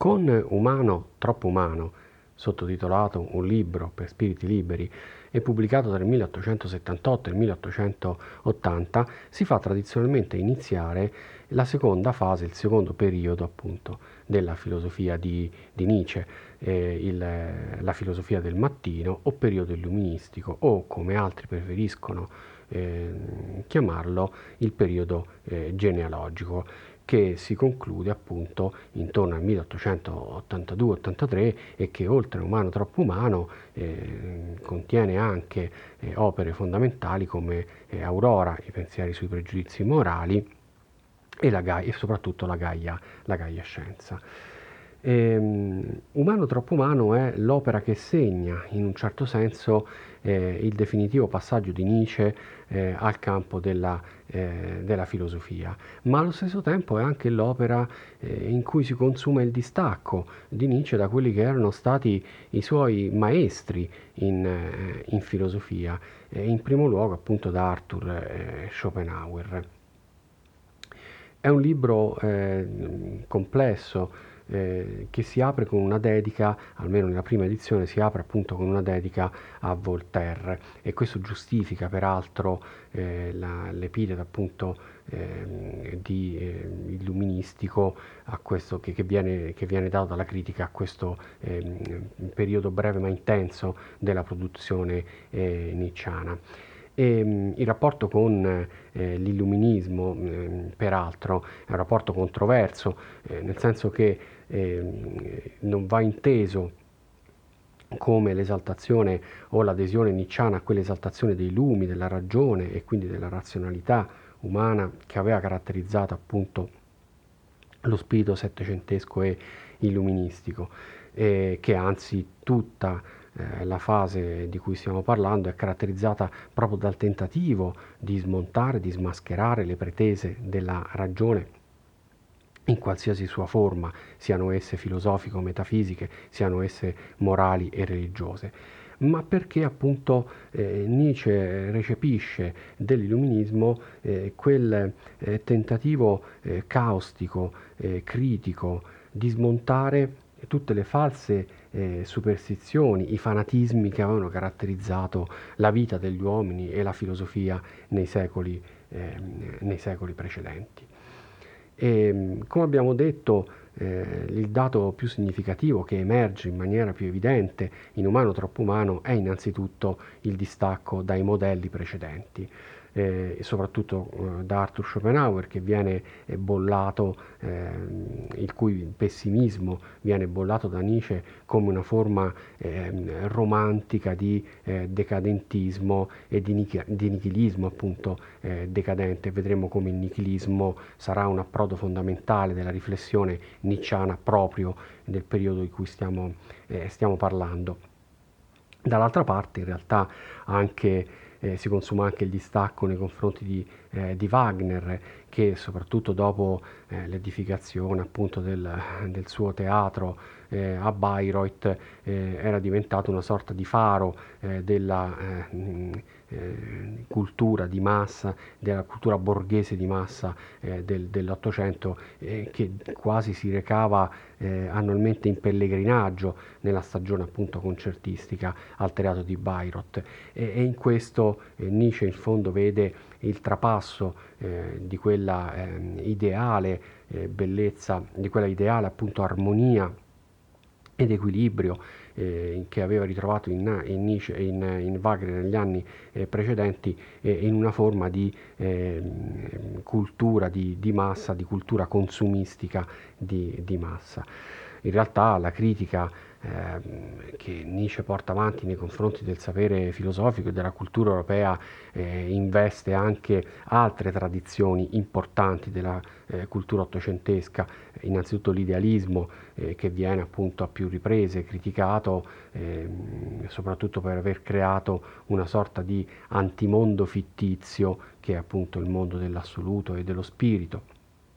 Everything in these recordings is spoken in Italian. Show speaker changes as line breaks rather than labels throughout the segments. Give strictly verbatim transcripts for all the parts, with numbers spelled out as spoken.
Con Umano troppo umano, sottotitolato Un libro per spiriti liberi e pubblicato tra il milleottocentosettantotto e il milleottocentottanta, si fa tradizionalmente iniziare la seconda fase, il secondo periodo appunto della filosofia di, di Nietzsche, eh, il, la filosofia del mattino o periodo illuministico o, come altri preferiscono eh, chiamarlo, il periodo eh, genealogico, che si conclude appunto intorno al milleottocentottantadue ottantatré e che, oltre a Umano troppo umano, eh, contiene anche eh, opere fondamentali come eh, Aurora, i pensieri sui pregiudizi morali, e, la Gaia, e soprattutto la Gaia, la Gaia Scienza. Ehm, Umano troppo umano è l'opera che segna in un certo senso eh, il definitivo passaggio di Nietzsche eh, al campo della, eh, della filosofia, ma allo stesso tempo è anche l'opera eh, in cui si consuma il distacco di Nietzsche da quelli che erano stati i suoi maestri in, eh, in filosofia, eh, in primo luogo appunto da Arthur eh, Schopenhauer. È un libro eh, complesso eh, che si apre con una dedica, almeno nella prima edizione, si apre appunto con una dedica a Voltaire, e questo giustifica peraltro eh, la, l'epiteto appunto eh, di eh, illuministico a questo, che, che, viene, che viene dato dalla critica a questo eh, periodo breve ma intenso della produzione eh, nietzschiana. E, mh, il rapporto con eh, l'illuminismo, mh, peraltro, è un rapporto controverso, eh, nel senso che eh, non va inteso come l'esaltazione o l'adesione nietzschiana a quell'esaltazione dei lumi, della ragione e quindi della razionalità umana che aveva caratterizzato appunto lo spirito settecentesco e illuministico, eh, che anzi tutta eh, la fase di cui stiamo parlando è caratterizzata proprio dal tentativo di smontare, di smascherare le pretese della ragione in qualsiasi sua forma, siano esse filosofiche o metafisiche, siano esse morali e religiose, ma perché appunto eh, Nietzsche recepisce dell'illuminismo eh, quel eh, tentativo eh, caustico, eh, critico, di smontare tutte le false eh, superstizioni, i fanatismi che avevano caratterizzato la vita degli uomini e la filosofia nei secoli, eh, nei secoli precedenti. E, come abbiamo detto, eh, il dato più significativo che emerge in maniera più evidente in Umano troppo umano è innanzitutto il distacco dai modelli precedenti, eh, soprattutto eh, da Arthur Schopenhauer, che viene eh, bollato, eh, il cui pessimismo viene bollato da Nietzsche come una forma eh, romantica di eh, decadentismo e di, nich- di nichilismo appunto eh, decadente. Vedremo come il nichilismo sarà un approdo fondamentale della riflessione nietzschiana proprio del periodo di cui stiamo, eh, stiamo parlando. Dall'altra parte in realtà anche, eh, si consuma anche il distacco nei confronti di, eh, di Wagner, che soprattutto dopo eh, l'edificazione appunto del, del suo teatro eh, a Bayreuth eh, era diventato una sorta di faro eh, della eh, eh, cultura di massa, della cultura borghese di massa eh, del, dell'Ottocento, eh, che quasi si recava eh, annualmente in pellegrinaggio nella stagione appunto concertistica al teatro di Bayreuth, e, e in questo eh, Nietzsche in fondo vede il trapasso eh, di quella eh, ideale eh, bellezza, di quella ideale appunto armonia ed equilibrio eh, che aveva ritrovato in, in Nietzsche e in, in Wagner negli anni eh, precedenti, eh, in una forma di eh, cultura di, di massa, di cultura consumistica di, di massa. In realtà la critica eh, che Nietzsche porta avanti nei confronti del sapere filosofico e della cultura europea eh, investe anche altre tradizioni importanti della eh, cultura ottocentesca, innanzitutto l'idealismo eh, che viene appunto a più riprese criticato eh, soprattutto per aver creato una sorta di antimondo fittizio che è appunto il mondo dell'assoluto e dello spirito.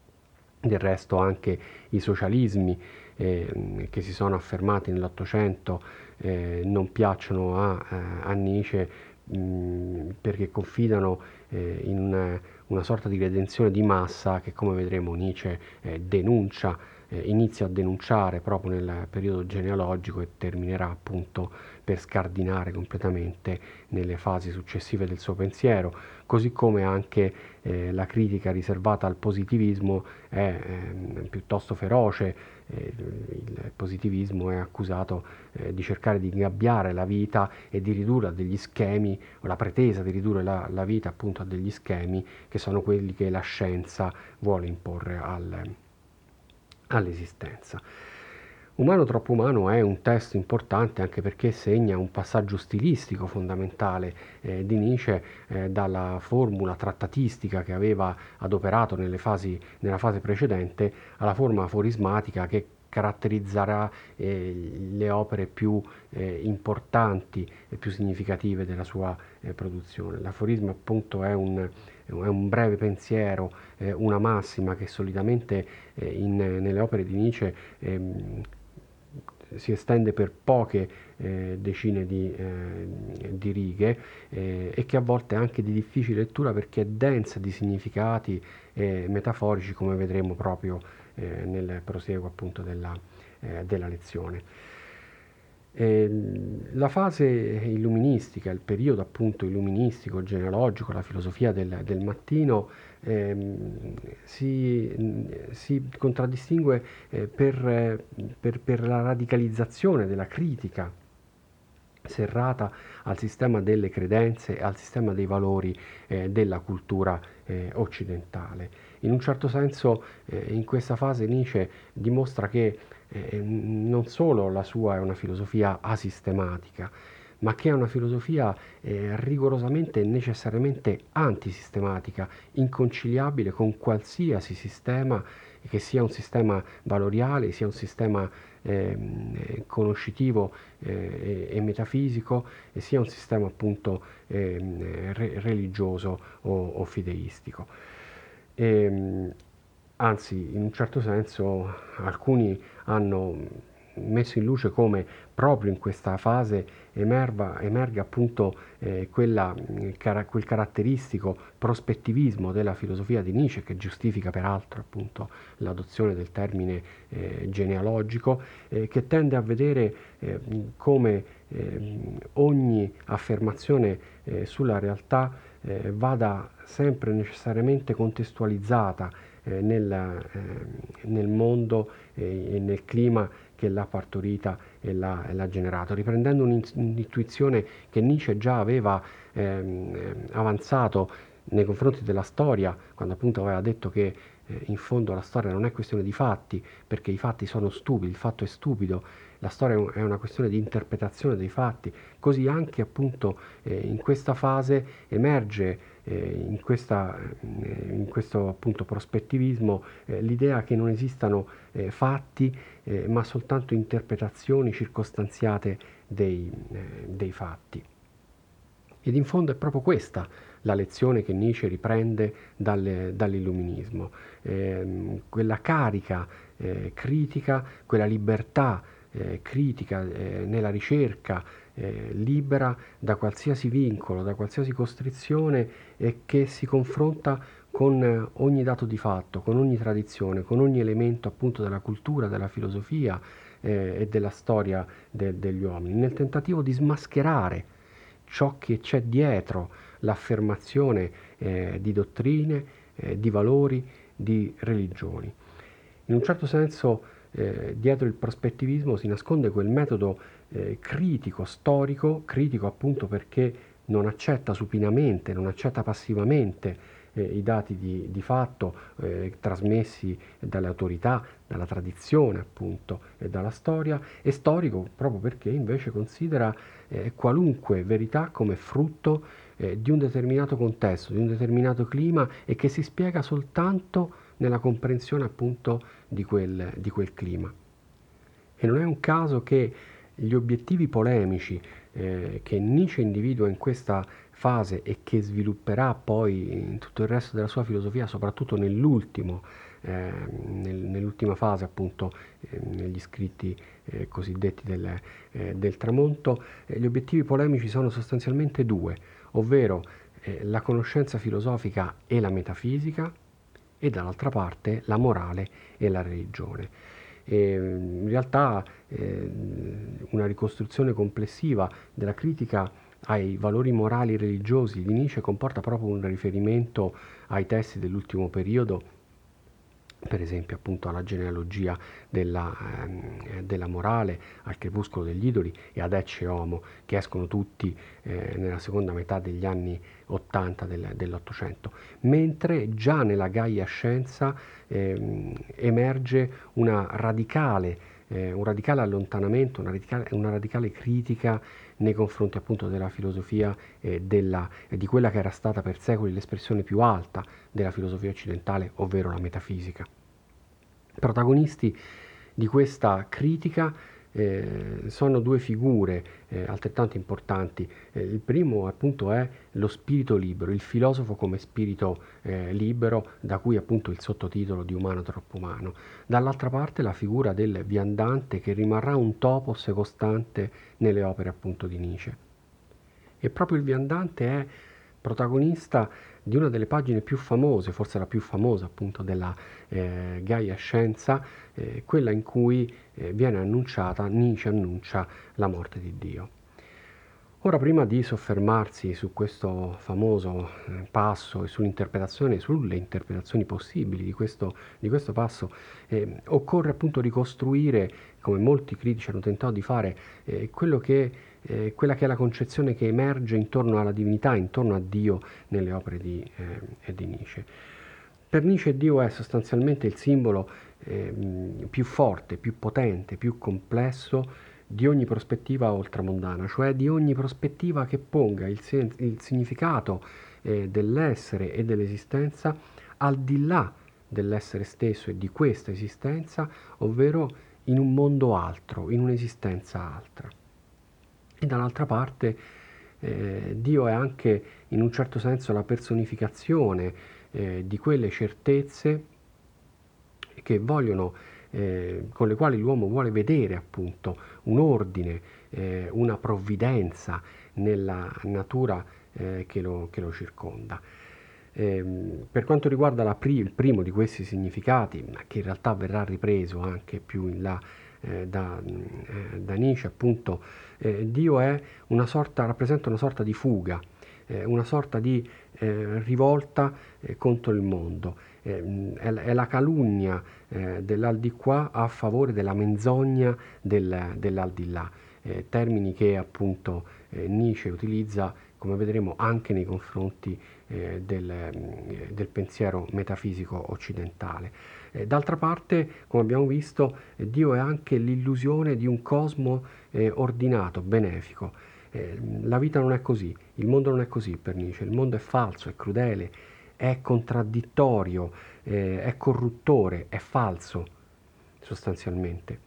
Del resto anche i socialismi eh, che si sono affermati nell'Ottocento eh, non piacciono a, a Nietzsche mh, perché confidano eh, in una, una sorta di redenzione di massa che, come vedremo, Nietzsche eh, denuncia eh, inizia a denunciare proprio nel periodo genealogico e terminerà appunto per scardinare completamente nelle fasi successive del suo pensiero, così come anche eh, la critica riservata al positivismo è eh, piuttosto feroce. Eh, il positivismo è accusato eh, di cercare di ingabbiare la vita e di ridurre a degli schemi, o la pretesa di ridurre la, la vita appunto a degli schemi che sono quelli che la scienza vuole imporre al, all'esistenza. Umano troppo umano è un testo importante anche perché segna un passaggio stilistico fondamentale eh, di Nietzsche eh, dalla formula trattatistica che aveva adoperato nelle fasi, nella fase precedente alla forma aforismatica che caratterizzerà eh, le opere più eh, importanti e più significative della sua eh, produzione. L'aforisma appunto è un, è un breve pensiero, eh, una massima che solitamente eh, in, nelle opere di Nietzsche ehm, si estende per poche eh, decine di, eh, di righe eh, e che a volte è anche di difficile lettura perché è densa di significati eh, metaforici, come vedremo proprio eh, nel proseguo appunto della, eh, della lezione. Eh, la fase illuministica, il periodo appunto illuministico, genealogico, la filosofia del, del mattino ehm, si, si contraddistingue eh, per, per, per la radicalizzazione della critica serrata al sistema delle credenze e al sistema dei valori eh, della cultura eh, occidentale. In un certo senso eh, in questa fase Nietzsche dimostra che eh, non solo la sua è una filosofia asistematica, ma che è una filosofia eh, rigorosamente e necessariamente antisistematica, inconciliabile con qualsiasi sistema, che sia un sistema valoriale, sia un sistema eh, conoscitivo eh, e, e metafisico, e sia un sistema appunto eh, re- religioso o, o fideistico. E, anzi, in un certo senso, alcuni hanno messo in luce come proprio in questa fase emerga, emerga appunto eh, quella, cara, quel caratteristico prospettivismo della filosofia di Nietzsche, che giustifica peraltro appunto l'adozione del termine eh, genealogico, eh, che tende a vedere eh, come eh, ogni affermazione eh, sulla realtà eh, vada sempre necessariamente contestualizzata eh, nel, eh, nel mondo eh, e nel clima che l'ha partorita e l'ha, e l'ha generato, riprendendo un'intuizione che Nietzsche già aveva ehm, avanzato nei confronti della storia, quando appunto aveva detto che eh, in fondo la storia non è questione di fatti, perché i fatti sono stupidi, il fatto è stupido, la storia è una questione di interpretazione dei fatti. Così anche appunto eh, in questa fase emerge eh, in, questa, eh, in questo appunto prospettivismo eh, l'idea che non esistano eh, fatti eh, ma soltanto interpretazioni circostanziate dei, eh, dei fatti. Ed in fondo è proprio questa la lezione che Nietzsche riprende dalle, dall'illuminismo, eh, quella carica eh, critica, quella libertà eh, critica eh, nella ricerca eh, libera da qualsiasi vincolo, da qualsiasi costrizione e che si confronta con ogni dato di fatto, con ogni tradizione, con ogni elemento appunto della cultura, della filosofia eh, e della storia de- degli uomini, nel tentativo di smascherare ciò che c'è dietro l'affermazione eh, di dottrine, eh, di valori, di religioni. In un certo senso eh, dietro il prospettivismo si nasconde quel metodo eh, critico, storico, critico appunto perché non accetta supinamente, non accetta passivamente eh, i dati di, di fatto eh, trasmessi dalle autorità, dalla tradizione appunto e dalla storia, e storico proprio perché invece considera eh, qualunque verità come frutto eh, di un determinato contesto, di un determinato clima e che si spiega soltanto nella comprensione appunto di quel, di quel clima. E non è un caso che gli obiettivi polemici eh, che Nietzsche individua in questa fase e che svilupperà poi in tutto il resto della sua filosofia, soprattutto nell'ultimo, eh, nel, nell'ultima fase appunto eh, negli scritti eh, cosiddetti del, eh, del tramonto, eh, gli obiettivi polemici sono sostanzialmente due, ovvero eh, la conoscenza filosofica e la metafisica, e dall'altra parte la morale e la religione. e in realtà eh, una ricostruzione complessiva della critica ai valori morali e religiosi di Nietzsche comporta proprio un riferimento ai testi dell'ultimo periodo, per esempio appunto alla genealogia della, ehm, della morale, al crepuscolo degli idoli e ad Ecce Homo, che escono tutti eh, nella seconda metà degli anni ottanta del, dell'Ottocento, mentre già nella Gaia Scienza ehm, emerge una radicale, eh, un radicale allontanamento, una radicale, una radicale critica nei confronti appunto della filosofia e della, di quella che era stata per secoli l'espressione più alta della filosofia occidentale, ovvero la metafisica. Protagonisti di questa critica eh, sono due figure eh, altrettanto importanti. Eh, il primo appunto è lo spirito libero, il filosofo come spirito eh, libero, da cui appunto il sottotitolo di Umano troppo umano. Dall'altra parte la figura del viandante, che rimarrà un topos costante nelle opere appunto di Nietzsche. E proprio il viandante è protagonista di una delle pagine più famose, forse la più famosa appunto della eh, Gaia Scienza, eh, quella in cui eh, viene annunciata, Nietzsche annuncia la morte di Dio. Ora, prima di soffermarsi su questo famoso eh, passo e sull'interpretazione, sulle interpretazioni possibili di questo, di questo passo, eh, occorre appunto ricostruire, come molti critici hanno tentato di fare, eh, quello che, eh, quella che è la concezione che emerge intorno alla divinità, intorno a Dio nelle opere di, eh, di Nietzsche. Per Nietzsche Dio è sostanzialmente il simbolo eh, più forte, più potente, più complesso di ogni prospettiva ultramondana, cioè di ogni prospettiva che ponga il, sen- il significato eh, dell'essere e dell'esistenza al di là dell'essere stesso e di questa esistenza, ovvero in un mondo altro, in un'esistenza altra. E dall'altra parte eh, Dio è anche in un certo senso la personificazione eh, di quelle certezze che vogliono, eh, con le quali l'uomo vuole vedere appunto un ordine, eh, una provvidenza nella natura eh, che, lo, che lo circonda. Eh, per quanto riguarda la pri- il primo di questi significati, ma che in realtà verrà ripreso anche più in là eh, da, eh, da Nietzsche, appunto, eh, Dio è una sorta, rappresenta una sorta di fuga, eh, una sorta di eh, rivolta eh, contro il mondo. Eh, è, è la calunnia eh, dell'aldilà a favore della menzogna del, dell'aldilà, eh, termini che appunto eh, Nietzsche utilizza, come vedremo, anche nei confronti eh, del, eh, del pensiero metafisico occidentale. Eh, d'altra parte, come abbiamo visto, eh, Dio è anche l'illusione di un cosmo eh, ordinato, benefico. Eh, la vita non è così, il mondo non è così per Nietzsche, il mondo è falso, è crudele, è contraddittorio, eh, è corruttore, è falso sostanzialmente.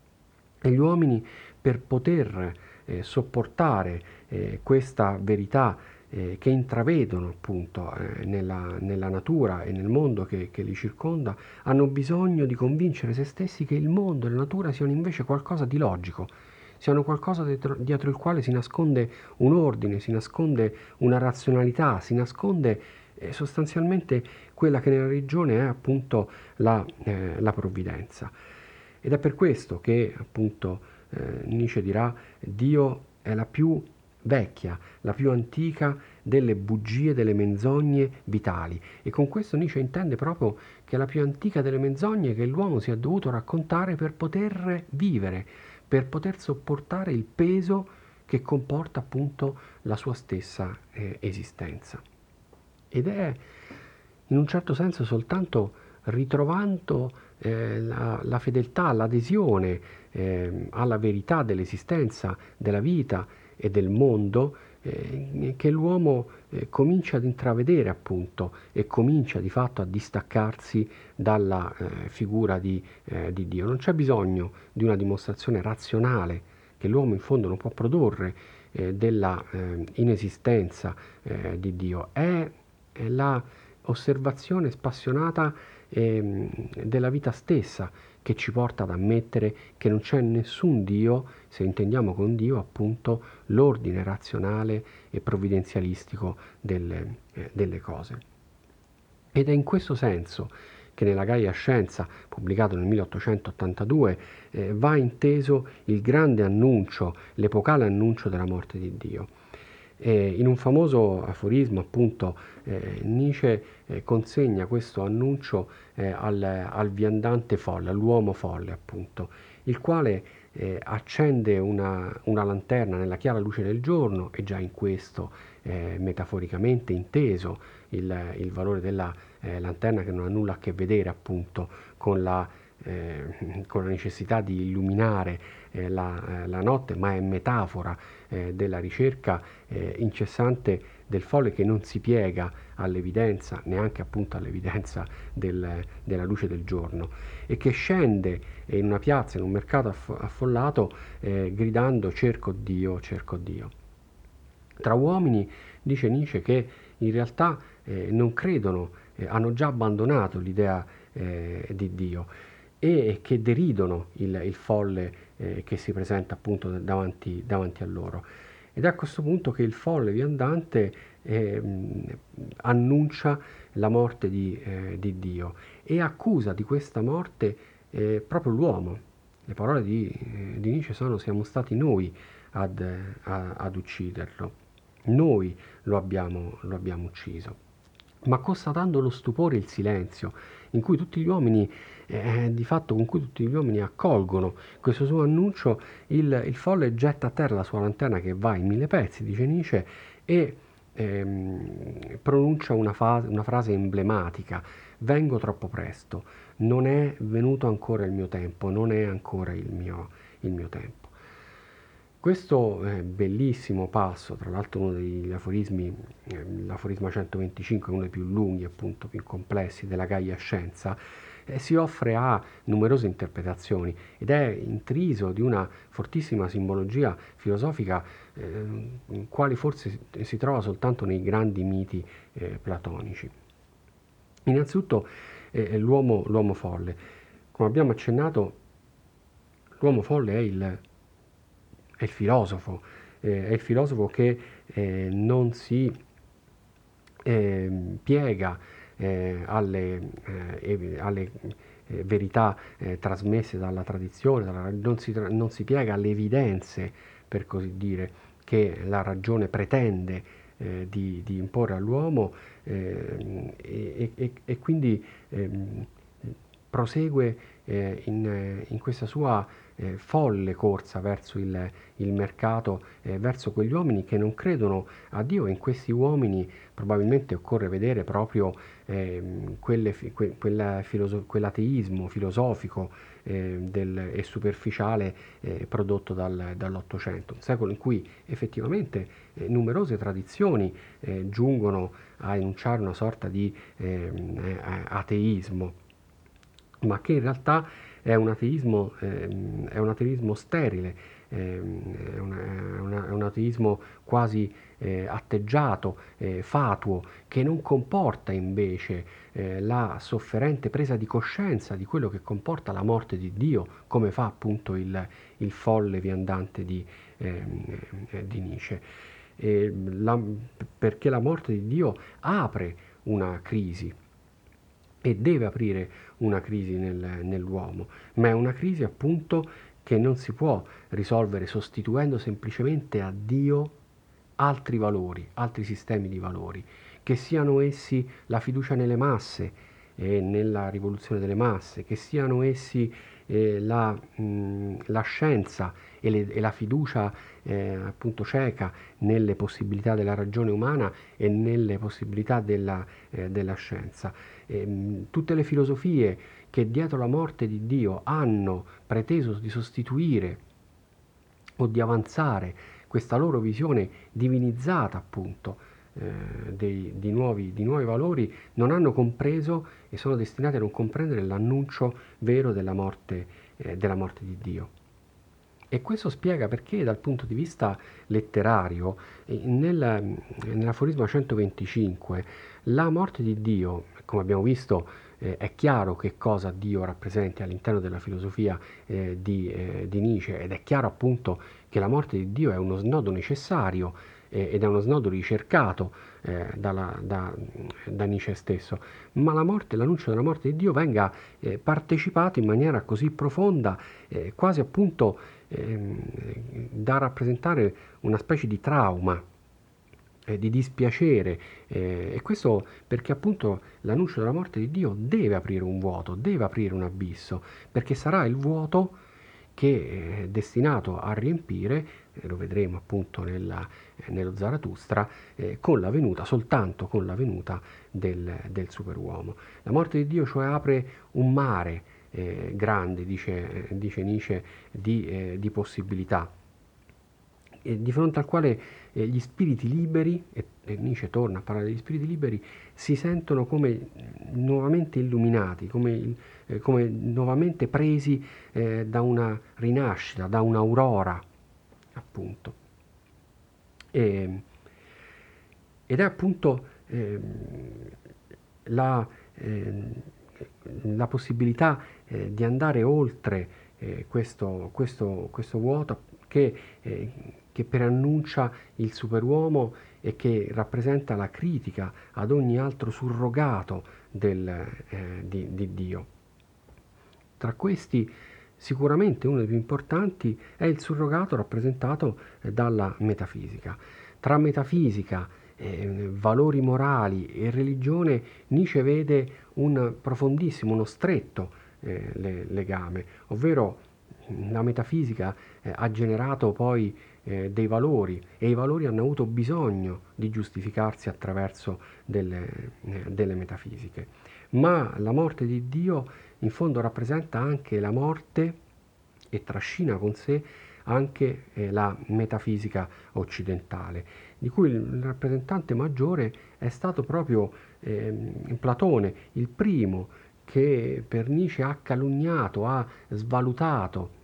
E gli uomini, per poter eh, sopportare eh, questa verità eh, che intravedono appunto eh, nella, nella natura e nel mondo che, che li circonda, hanno bisogno di convincere se stessi che il mondo e la natura siano invece qualcosa di logico, siano qualcosa dietro, dietro il quale si nasconde un ordine, si nasconde una razionalità, si nasconde eh, sostanzialmente quella che nella religione è appunto la, eh, la provvidenza. Ed è per questo che appunto eh, Nietzsche dirà: Dio è la più vecchia, la più antica delle bugie, delle menzogne vitali. E con questo Nietzsche intende proprio che è la più antica delle menzogne che l'uomo si è dovuto raccontare per poter vivere, per poter sopportare il peso che comporta appunto la sua stessa eh, esistenza. Ed è in un certo senso soltanto ritrovando eh, la, la fedeltà, l'adesione eh, alla verità dell'esistenza, della vita e del mondo eh, che l'uomo eh, comincia ad intravedere appunto e comincia di fatto a distaccarsi dalla eh, figura di, eh, di Dio. Non c'è bisogno di una dimostrazione razionale che l'uomo in fondo non può produrre eh, della eh, inesistenza eh, di Dio. È, è la osservazione spassionata ehm, della vita stessa che ci porta ad ammettere che non c'è nessun Dio, se intendiamo con Dio appunto l'ordine razionale e provvidenzialistico delle, eh, delle cose. Ed è in questo senso che nella Gaia Scienza, pubblicato nel milleottocentottantadue, eh, va inteso il grande annuncio, l'epocale annuncio della morte di Dio. E in un famoso aforismo, appunto, eh, Nietzsche eh, consegna questo annuncio eh, al, al viandante folle, all'uomo folle, appunto, il quale eh, accende una, una lanterna nella chiara luce del giorno, e già in questo eh, metaforicamente inteso il, il valore della eh, lanterna, che non ha nulla a che vedere appunto con la, eh, con la necessità di illuminare eh, la, eh, la notte, ma è metafora eh, della ricerca eh, incessante del folle che non si piega all'evidenza, neanche appunto all'evidenza del, della luce del giorno, e che scende in una piazza, in un mercato aff- affollato, eh, gridando cerco Dio, cerco Dio. Tra uomini dice Nietzsche che in realtà eh, non credono, eh, hanno già abbandonato l'idea eh, di Dio, e che deridono il, il folle eh, che si presenta appunto davanti, davanti a loro. Ed è a questo punto che il folle viandante eh, annuncia la morte di, eh, di Dio, e accusa di questa morte eh, proprio l'uomo. Le parole di, eh, di Nietzsche sono: siamo stati noi ad, a, ad ucciderlo, noi lo abbiamo, lo abbiamo ucciso. Ma constatando lo stupore e il silenzio in cui tutti gli uomini, eh, di fatto con cui tutti gli uomini accolgono questo suo annuncio, il, il folle getta a terra la sua lanterna, che va in mille pezzi, dice Nietzsche, e ehm, pronuncia una, fa- una frase emblematica: vengo troppo presto, non è venuto ancora il mio tempo, non è ancora il mio, il mio tempo. Questo eh, bellissimo passo, tra l'altro uno degli aforismi, eh, l'aforisma centoventicinque, uno dei più lunghi, appunto più complessi della Gaia Scienza, eh, si offre a numerose interpretazioni ed è intriso di una fortissima simbologia filosofica, eh, quali forse si, si trova soltanto nei grandi miti eh, platonici. Innanzitutto eh, l'uomo, l'uomo folle. Come abbiamo accennato, l'uomo folle è il è il filosofo, eh, è il filosofo che eh, non si eh, piega eh, alle, eh, alle eh, verità eh, trasmesse dalla tradizione, dalla, non, si, non si piega alle evidenze, per così dire, che la ragione pretende eh, di, di imporre all'uomo, eh, e, e, e quindi eh, prosegue eh, in, in questa sua eh, folle corsa verso il, il mercato, eh, verso quegli uomini che non credono a Dio, e in questi uomini probabilmente occorre vedere proprio eh, quelle, que, quella filoso- quell'ateismo filosofico eh, del, e superficiale eh, prodotto dal, dall'Ottocento, un secolo in cui effettivamente eh, numerose tradizioni eh, giungono a enunciare una sorta di eh, ateismo, ma che in realtà è un ateismo, ehm, è un ateismo sterile, ehm, è, una, è, una, è un ateismo quasi eh, atteggiato, eh, fatuo, che non comporta invece eh, la sofferente presa di coscienza di quello che comporta la morte di Dio, come fa appunto il, il folle viandante di, ehm, eh, di Nietzsche. E la, perché la morte di Dio apre una crisi, e deve aprire una crisi nel, nell'uomo, ma è una crisi appunto che non si può risolvere sostituendo semplicemente a Dio altri valori, altri sistemi di valori, che siano essi la fiducia nelle masse e nella rivoluzione delle masse, che siano essi eh, la, mh, la scienza e, le, e la fiducia eh, appunto cieca nelle possibilità della ragione umana e nelle possibilità della, eh, della scienza. E, tutte le filosofie che dietro la morte di Dio hanno preteso di sostituire o di avanzare questa loro visione divinizzata appunto eh, dei, di, nuovi, di nuovi valori, non hanno compreso e sono destinati a non comprendere l'annuncio vero della morte, eh, della morte di Dio. E questo spiega perché dal punto di vista letterario, eh, nel, nell'aforisma centoventicinque, la morte di Dio, come abbiamo visto, eh, è chiaro che cosa Dio rappresenti all'interno della filosofia eh, di, eh, di Nietzsche, ed è chiaro appunto che la morte di Dio è uno snodo necessario eh, ed è uno snodo ricercato eh, dalla, da, da Nietzsche stesso, ma la morte, l'annuncio della morte di Dio venga eh, partecipato in maniera così profonda, eh, quasi appunto ehm, da rappresentare una specie di trauma, eh, di dispiacere, eh, e questo perché appunto l'annuncio della morte di Dio deve aprire un vuoto, deve aprire un abisso, perché sarà il vuoto che è destinato a riempire, eh, lo vedremo appunto nella, eh, nello Zarathustra, eh, con la venuta, soltanto con la venuta del, del superuomo. La morte di Dio cioè apre un mare eh, grande, dice, dice Nietzsche, di, eh, di possibilità, eh, di fronte al quale eh, gli spiriti liberi, e, e Nietzsche torna a parlare degli spiriti liberi, si sentono come nuovamente illuminati, come, il- eh, come nuovamente presi eh, da una rinascita, da un'aurora, appunto. E, ed è appunto ehm, la, ehm, la possibilità eh, di andare oltre eh, questo, questo, questo vuoto che, eh, che preannuncia il superuomo e che rappresenta la critica ad ogni altro surrogato del, eh, di, di Dio. Tra questi sicuramente uno dei più importanti è il surrogato rappresentato eh, dalla metafisica. Tra metafisica, eh, valori morali e religione Nietzsche vede un profondissimo, uno stretto eh, le- legame, ovvero la metafisica eh, ha generato poi eh, dei valori e i valori hanno avuto bisogno di giustificarsi attraverso delle, eh, delle metafisiche. Ma la morte di Dio in fondo rappresenta anche la morte e trascina con sé anche eh, la metafisica occidentale, di cui il rappresentante maggiore è stato proprio ehm, Platone, il primo che per Nietzsche ha calunniato, ha svalutato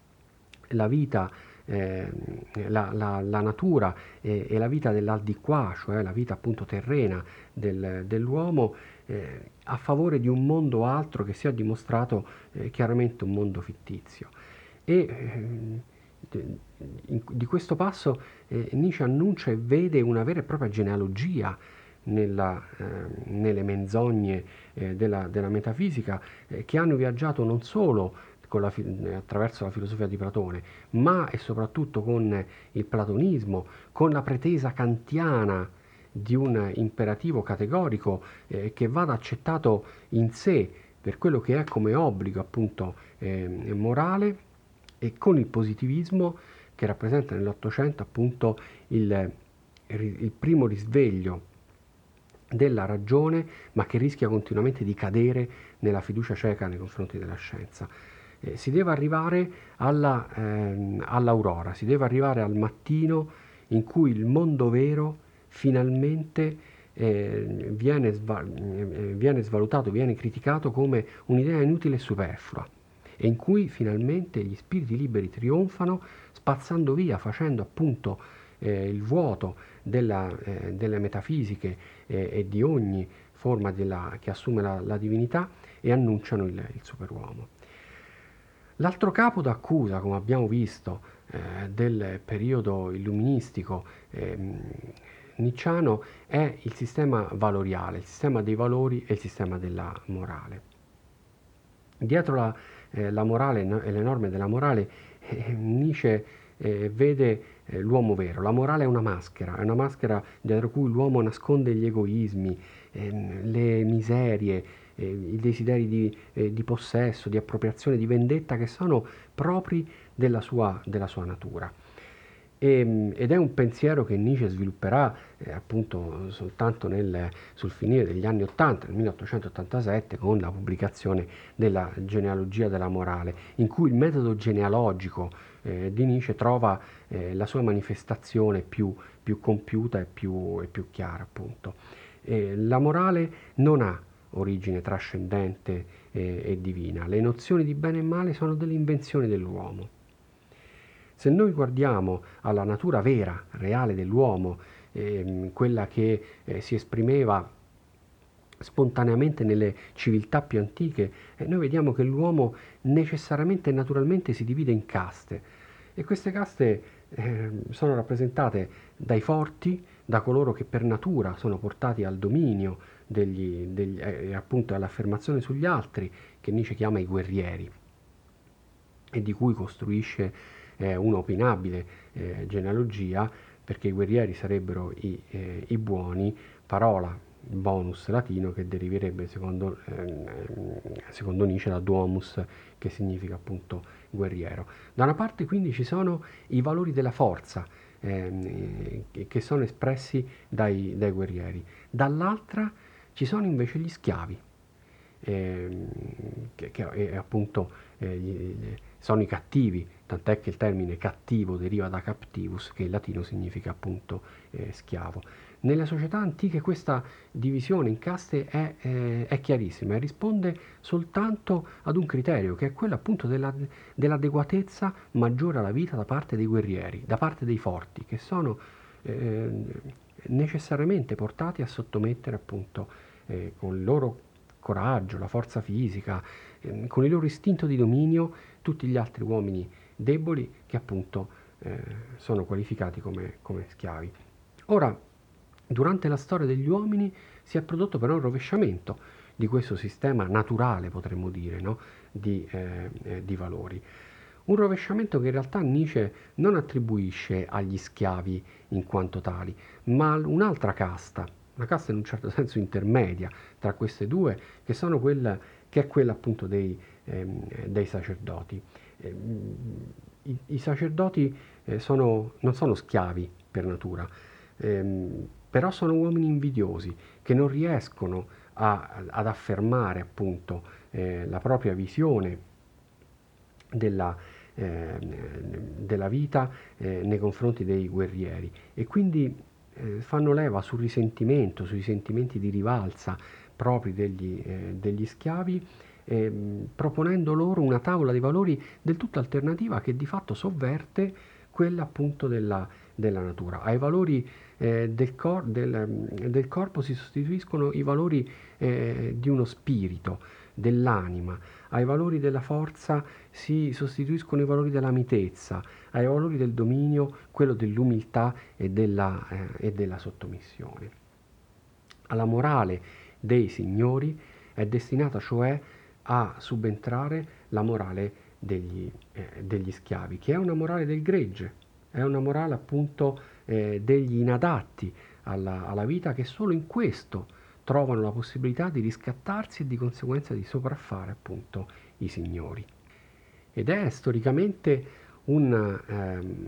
la vita, eh, la, la- la natura e, e la vita dell'aldilà, cioè la vita appunto terrena del- dell'uomo, eh, a favore di un mondo altro che si è dimostrato eh, chiaramente un mondo fittizio. E ehm, de- in- di questo passo eh, Nietzsche annuncia e vede una vera e propria genealogia nella, eh, nelle menzogne eh, della, della metafisica, eh, che hanno viaggiato non solo con la fi- attraverso la filosofia di Platone, ma e soprattutto con il platonismo, con la pretesa kantiana di un imperativo categorico eh, che vada accettato in sé per quello che è come obbligo appunto eh, morale, e con il positivismo che rappresenta nell'Ottocento appunto il, il primo risveglio della ragione, ma che rischia continuamente di cadere nella fiducia cieca nei confronti della scienza. Eh, si deve arrivare alla, ehm, all'aurora, si deve arrivare al mattino in cui il mondo vero finalmente eh, viene, sva- eh, viene svalutato, viene criticato come un'idea inutile e superflua, e in cui finalmente gli spiriti liberi trionfano, spazzando via, facendo appunto eh, il vuoto della, eh, delle metafisiche eh, e di ogni forma della, che assume la, la divinità, e annunciano il, il superuomo. L'altro capo d'accusa, come abbiamo visto, eh, del periodo illuministico ehm, nicciano è il sistema valoriale, il sistema dei valori e il sistema della morale. Dietro la, eh, la morale no- e le norme della morale, eh, Nietzsche eh, vede eh, l'uomo vero. La morale è una maschera, è una maschera dietro cui l'uomo nasconde gli egoismi, ehm, le miserie, eh, i desideri di, eh, di possesso, di appropriazione, di vendetta che sono propri della sua, della sua natura. E- ed è un pensiero che Nietzsche svilupperà eh, appunto soltanto nel, sul finire degli anni ottanta, nel milleottocentottantasette, con la pubblicazione della genealogia della morale, in cui il metodo genealogico eh, di Nietzsche trova eh, la sua manifestazione più, più compiuta e più, e più chiara, appunto. Eh, la morale non ha origine trascendente eh, e divina, le nozioni di bene e male sono delle invenzioni dell'uomo. Se noi guardiamo alla natura vera, reale dell'uomo, ehm, quella che eh, si esprimeva spontaneamente nelle civiltà più antiche, eh, noi vediamo che l'uomo necessariamente e naturalmente si divide in caste, e queste caste eh, sono rappresentate dai forti, da coloro che per natura sono portati al dominio degli, degli, eh, appunto all'affermazione sugli altri, che Nietzsche chiama i guerrieri, e di cui costruisce eh, un'opinabile eh, genealogia, perché i guerrieri sarebbero i, eh, i buoni, parola bonus latino che deriverebbe secondo, eh, secondo Nietzsche da domus, che significa appunto guerriero. Da una parte quindi ci sono i valori della forza, eh, che sono espressi dai, dai guerrieri, dall'altra ci sono invece gli schiavi, eh, che, che è appunto eh, gli, sono i cattivi, tant'è che il termine cattivo deriva da captivus, che in latino significa appunto eh, schiavo. Nelle società antiche questa divisione in caste è, eh, è chiarissima e risponde soltanto ad un criterio, che è quello appunto della, dell'adeguatezza maggiore alla vita da parte dei guerrieri, da parte dei forti, che sono eh, necessariamente portati a sottomettere appunto eh, con il loro coraggio, la forza fisica, eh, con il loro istinto di dominio, tutti gli altri uomini deboli che appunto eh, sono qualificati come, come schiavi. Ora, durante la storia degli uomini si è prodotto però un rovesciamento di questo sistema naturale, potremmo dire, no? di, eh, eh, di valori. Un rovesciamento che in realtà Nietzsche non attribuisce agli schiavi in quanto tali, ma a un'altra casta, una casta in un certo senso intermedia tra queste due, che, sono quella, che è quella appunto dei, ehm, dei sacerdoti. Ehm, i, I sacerdoti eh, sono, non sono schiavi per natura, ehm, però sono uomini invidiosi che non riescono a, ad affermare appunto eh, la propria visione della, eh, della vita eh, nei confronti dei guerrieri, e quindi eh, fanno leva sul risentimento, sui sentimenti di rivalsa propri degli, eh, degli schiavi, eh, proponendo loro una tavola di valori del tutto alternativa, che di fatto sovverte quella appunto della, della natura. Ai valori eh, del, cor- del, del corpo si sostituiscono i valori eh, di uno spirito, dell'anima. Ai valori della forza si sostituiscono i valori della mitezza, ai valori del dominio quello dell'umiltà e della, eh, e della sottomissione. Alla morale dei signori è destinata cioè a subentrare la morale degli, eh, degli schiavi, che è una morale del gregge, è una morale appunto eh, degli inadatti alla, alla vita, che solo in questo trovano la possibilità di riscattarsi e di conseguenza di sopraffare appunto i signori. Ed è storicamente un, ehm,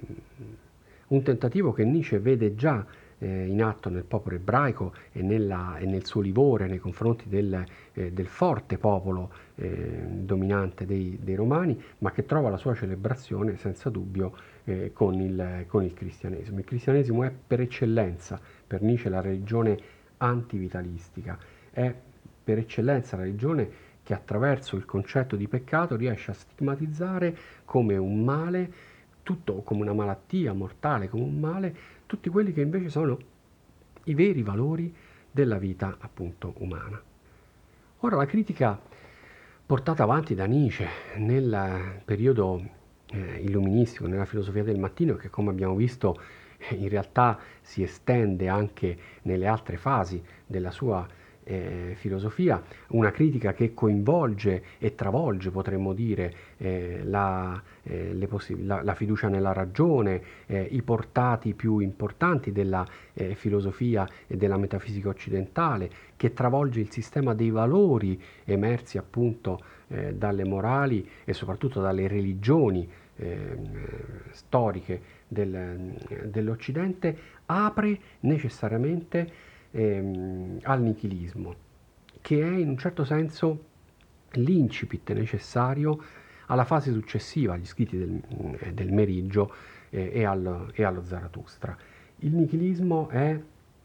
un tentativo che Nietzsche vede già eh, in atto nel popolo ebraico e, nella, e nel suo livore nei confronti del, eh, del forte popolo eh, dominante dei, dei Romani, ma che trova la sua celebrazione senza dubbio eh, con, il, con il cristianesimo. Il cristianesimo è per eccellenza per Nietzsche la religione antivitalistica, è per eccellenza la religione che attraverso il concetto di peccato riesce a stigmatizzare come un male, tutto come una malattia mortale, come un male, tutti quelli che invece sono i veri valori della vita appunto umana. Ora la critica portata avanti da Nietzsche nel periodo eh, illuministico, nella filosofia del mattino, che come abbiamo visto in realtà si estende anche nelle altre fasi della sua eh, filosofia, una critica che coinvolge e travolge, potremmo dire, eh, la, eh, le possi- la, la fiducia nella ragione, eh, i portati più importanti della eh, filosofia e della metafisica occidentale, che travolge il sistema dei valori emersi appunto eh, dalle morali e soprattutto dalle religioni eh, storiche del, dell'Occidente, apre necessariamente ehm, al nichilismo, che è in un certo senso l'incipit necessario alla fase successiva agli scritti del, del Meriggio eh, e, al, e allo Zarathustra. Il nichilismo è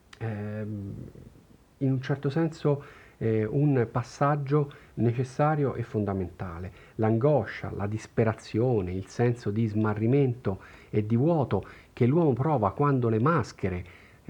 ehm, in un certo senso eh, un passaggio necessario e fondamentale. L'angoscia, la disperazione, il senso di smarrimento e di vuoto che l'uomo prova quando le maschere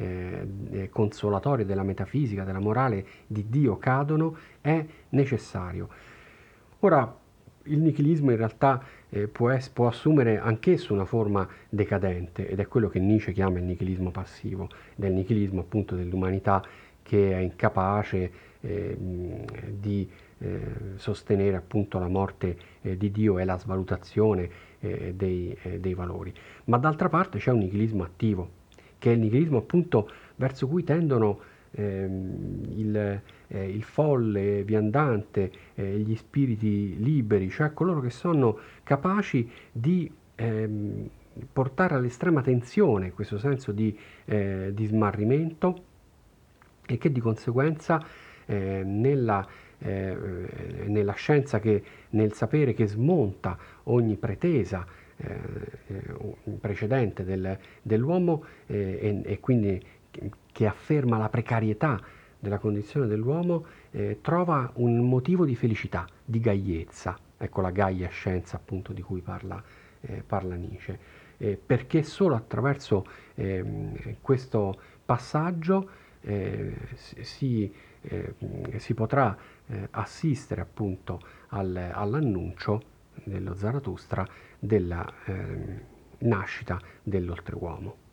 eh, consolatorie della metafisica, della morale di Dio cadono, è necessario. Ora, il nichilismo in realtà eh, può, es- può assumere anch'esso una forma decadente, ed è quello che Nietzsche chiama il nichilismo passivo, ed è il nichilismo appunto dell'umanità che è incapace eh, di eh, sostenere appunto la morte eh, di Dio e la svalutazione eh, dei, eh, dei valori. Ma d'altra parte c'è un nichilismo attivo, che è il nichilismo appunto verso cui tendono ehm, il, eh, il folle viandante, eh, gli spiriti liberi, cioè coloro che sono capaci di ehm, portare all'estrema tensione questo senso di, eh, di smarrimento, e che di conseguenza eh, nella, eh, nella scienza, che, nel sapere che smonta ogni pretesa eh, eh, precedente del, dell'uomo, eh, e, e quindi che afferma la precarietà della condizione dell'uomo, eh, trova un motivo di felicità, di gaiezza. Ecco la gaia scienza appunto di cui parla, eh, parla Nietzsche. Eh, perché solo attraverso eh, questo passaggio eh, si, eh, si potrà eh, assistere appunto al, all'annuncio dello Zarathustra della eh, nascita dell'oltreuomo.